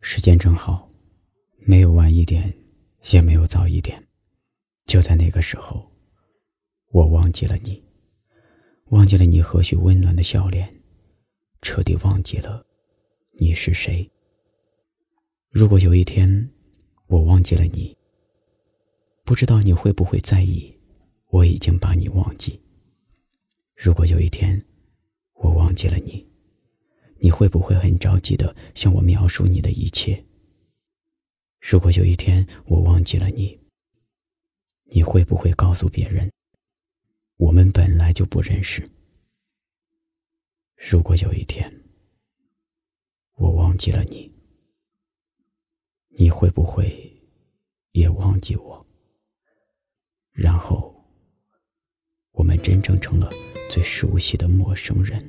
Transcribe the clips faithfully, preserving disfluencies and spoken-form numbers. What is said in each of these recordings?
时间正好，没有晚一点，也没有早一点。就在那个时候，我忘记了你，忘记了你何许温暖的笑脸，彻底忘记了你是谁。如果有一天我忘记了你，不知道你会不会在意我已经把你忘记。如果有一天我忘记了你，你会不会很着急地向我描述你的一切？如果有一天我忘记了你，你会不会告诉别人，我们本来就不认识？如果有一天我忘记了你，你会不会也忘记我？然后我们真正成了最熟悉的陌生人。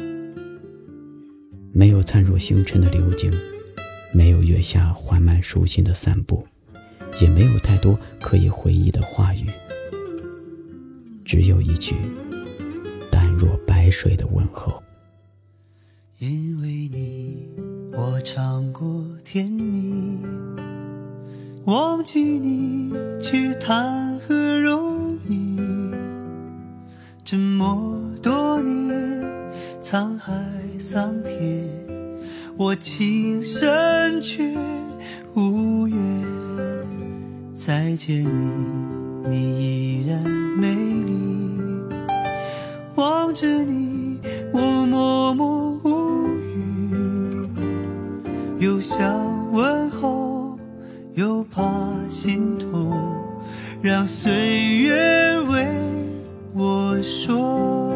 没有灿若星辰的流景，没有月下缓慢舒心的散步，也没有太多可以回忆的话语，只有一句淡若白水的问候。 因为你我尝过甜蜜，忘记你却谈何容易。这么多年沧海桑田，我情深却无缘再见你，你依然美丽。望着你我默默无语，又想问候又怕心痛，让岁月为我说。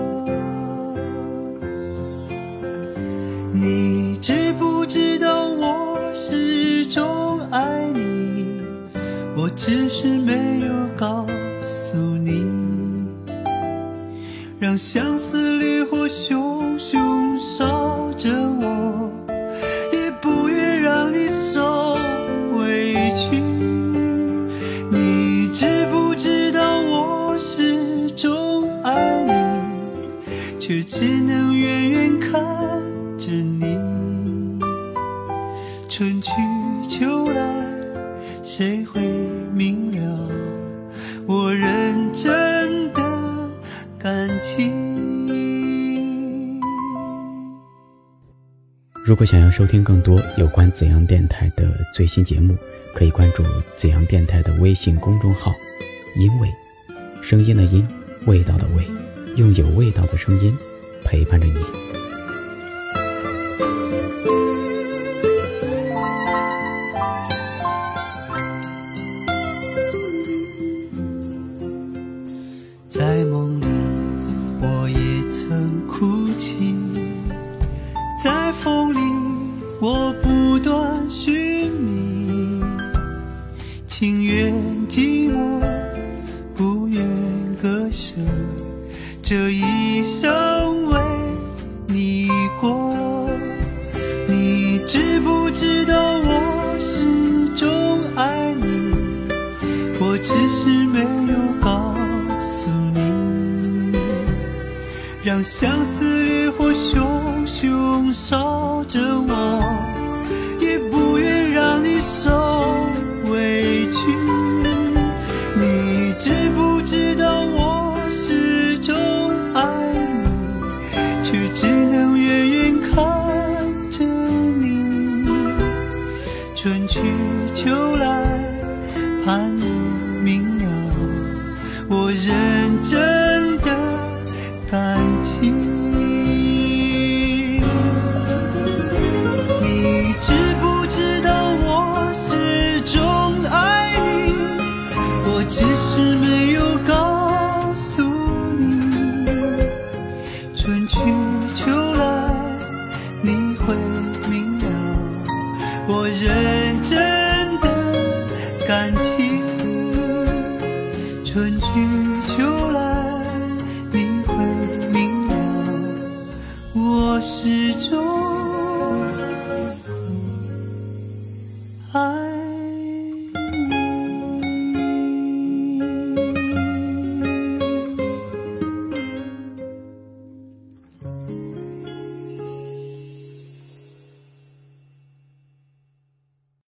你知不知道我始终爱你，我只是没有告诉你，让相思烈火熊熊烧着我，也不愿让你受委屈。你知不知道我始终爱你，却只能远远看着你。春去秋来，谁会明了我认真的感情？ 如果想要收听更多有关紫阳电台的最新节目，可以关注紫阳电台的微信公众号，因为声音的音，味道的味，用有味道的声音陪伴着你。 在梦里我也曾哭泣，在风里我不断寻觅，情愿寂寞不愿割舍，这一生为你过。你知不知道我始终爱你，我只是没有告诉你，让相思烈火熊熊烧着我，也不愿让你受委屈。你知不知道我始终爱你，却只能远远看着你。春去秋来，盼你明了我认真的感情。你知不知道我始终爱你，我只是没有告诉你。春去秋来，你会明了我认真的感情。春去秋来，你会明了我始终爱